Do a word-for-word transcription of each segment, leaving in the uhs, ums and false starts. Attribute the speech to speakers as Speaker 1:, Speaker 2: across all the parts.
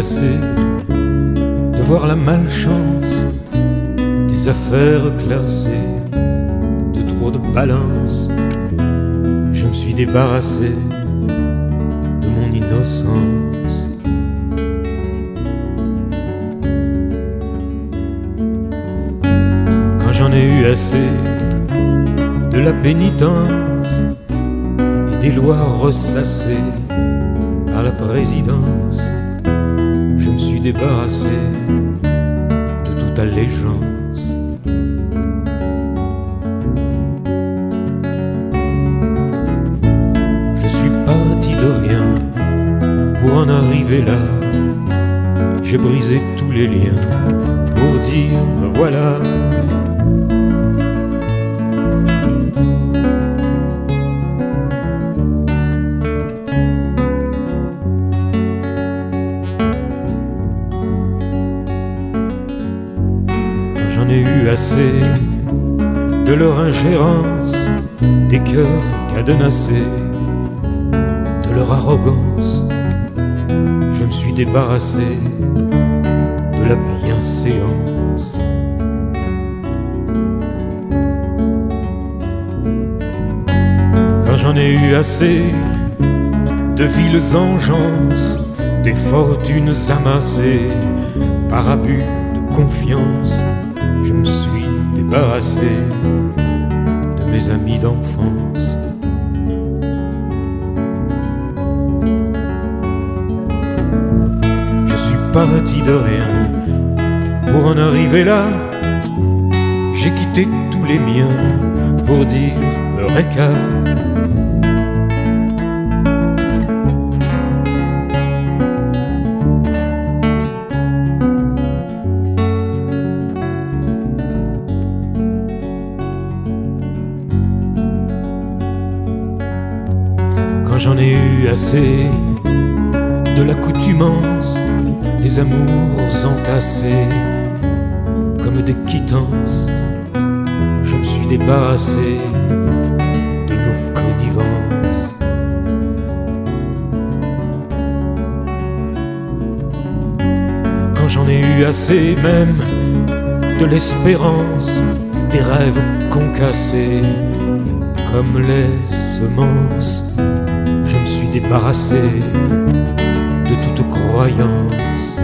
Speaker 1: assez de voir la malchance des affaires classées, de trop de balance. Je me suis débarrassé de mon innocence. Quand j'en ai eu assez de la pénitence et des lois ressassées par la présidence, je me suis débarrassé de toute allégeance. Je suis parti de rien pour en arriver là. J'ai brisé tous les liens pour dire me voilà. J'en ai eu assez de leur ingérence, des cœurs cadenassés, de leur arrogance. Je me suis débarrassé de la bienséance. Quand j'en ai eu assez de viles engences, des fortunes amassées par abus de confiance, je me suis débarrassé de mes amis d'enfance. Je suis parti de rien pour en arriver là. J'ai quitté tous les miens pour dire Eureka. Quand j'en ai eu assez de l'accoutumance des amours entassés comme des quittances, je me suis débarrassé de nos connivences. Quand j'en ai eu assez même de l'espérance des rêves concassés comme les semences, je me suis débarrassé de toute croyance.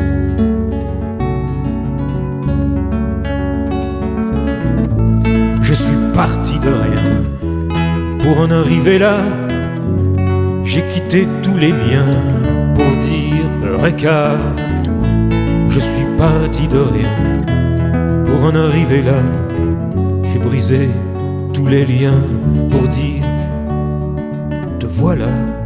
Speaker 1: Je suis parti de rien pour en arriver là. J'ai quitté tous les miens pour dire Eureka. Je suis parti de rien pour en arriver là. J'ai brisé tous les liens pour dire te voilà.